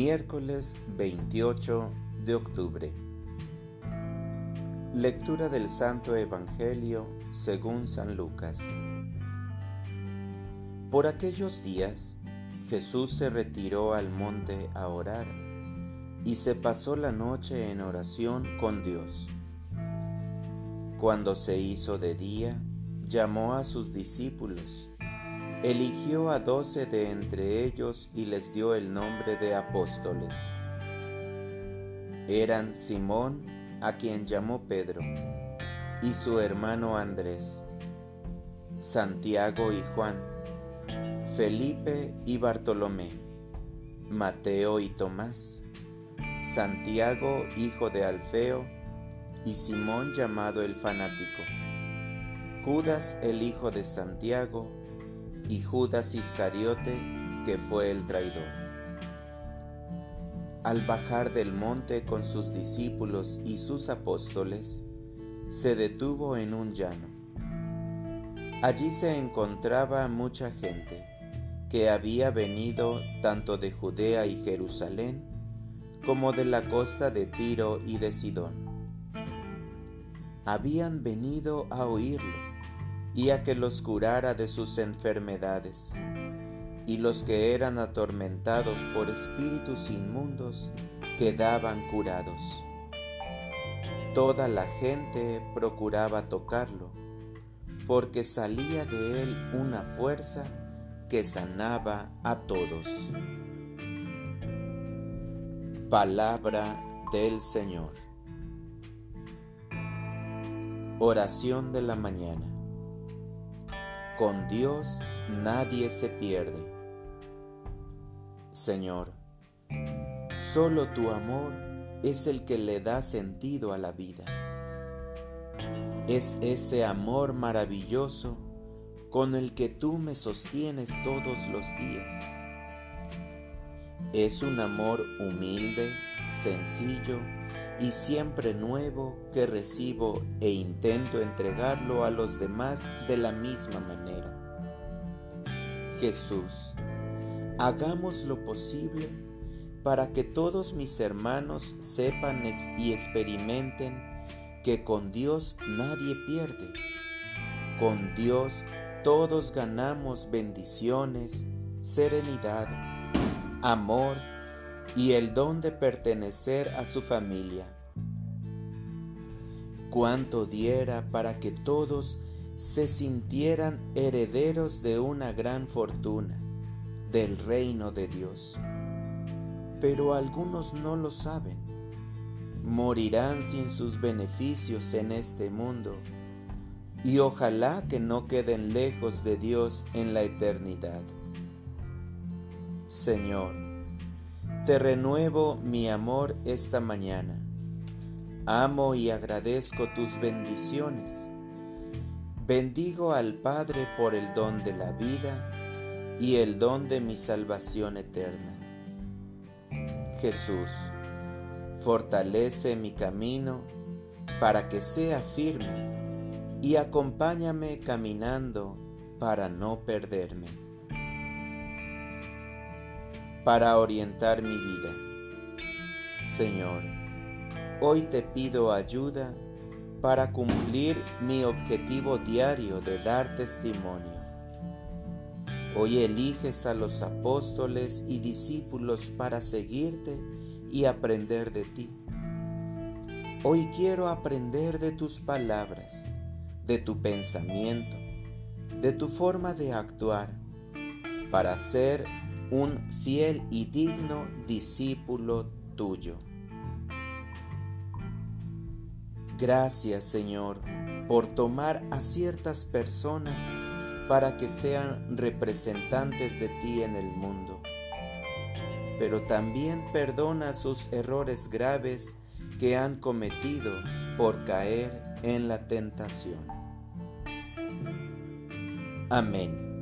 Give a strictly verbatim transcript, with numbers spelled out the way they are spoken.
Miércoles veintiocho de octubre. Lectura del Santo Evangelio según San Lucas. Por aquellos días, Jesús se retiró al monte a orar y se pasó la noche en oración con Dios. Cuando se hizo de día, llamó a sus discípulos, eligió a doce de entre ellos y les dio el nombre de apóstoles. Eran Simón, a quien llamó Pedro, y su hermano Andrés, Santiago y Juan, Felipe y Bartolomé, Mateo y Tomás, Santiago hijo de Alfeo, y Simón llamado el fanático, Judas el hijo de Santiago, y Judas Iscariote, que fue el traidor. Al bajar del monte con sus discípulos y sus apóstoles, se detuvo en un llano. Allí se encontraba mucha gente, que había venido tanto de Judea y Jerusalén, como de la costa de Tiro y de Sidón. Habían venido a oírlo y a que los curara de sus enfermedades, y los que eran atormentados por espíritus inmundos quedaban curados. Toda la gente procuraba tocarlo, porque salía de él una fuerza que sanaba a todos. Palabra del Señor. Oración de la mañana. Con Dios nadie se pierde. Señor, solo tu amor es el que le da sentido a la vida. Es ese amor maravilloso con el que tú me sostienes todos los días. Es un amor humilde, sencillo y siempre nuevo que recibo e intento entregarlo a los demás de la misma manera. Jesús, hagamos lo posible para que todos mis hermanos sepan ex- y experimenten que con Dios nadie pierde. Con Dios todos ganamos bendiciones, serenidad, amor y el don de pertenecer a su familia. Cuánto diera para que todos se sintieran herederos de una gran fortuna, del reino de Dios. Pero algunos no lo saben. Morirán sin sus beneficios en este mundo, y ojalá que no queden lejos de Dios en la eternidad. Señor, te renuevo mi amor esta mañana. Amo y agradezco tus bendiciones. Bendigo al Padre por el don de la vida y el don de mi salvación eterna. Jesús, fortalece mi camino para que sea firme y acompáñame caminando para no perderme. Para orientar mi vida. Señor, hoy te pido ayuda para cumplir mi objetivo diario de dar testimonio. Hoy eliges a los apóstoles y discípulos para seguirte y aprender de ti. Hoy quiero aprender de tus palabras, de tu pensamiento, de tu forma de actuar, para ser un fiel y digno discípulo tuyo. Gracias, Señor, por tomar a ciertas personas para que sean representantes de ti en el mundo. Pero también perdona sus errores graves que han cometido por caer en la tentación. Amén.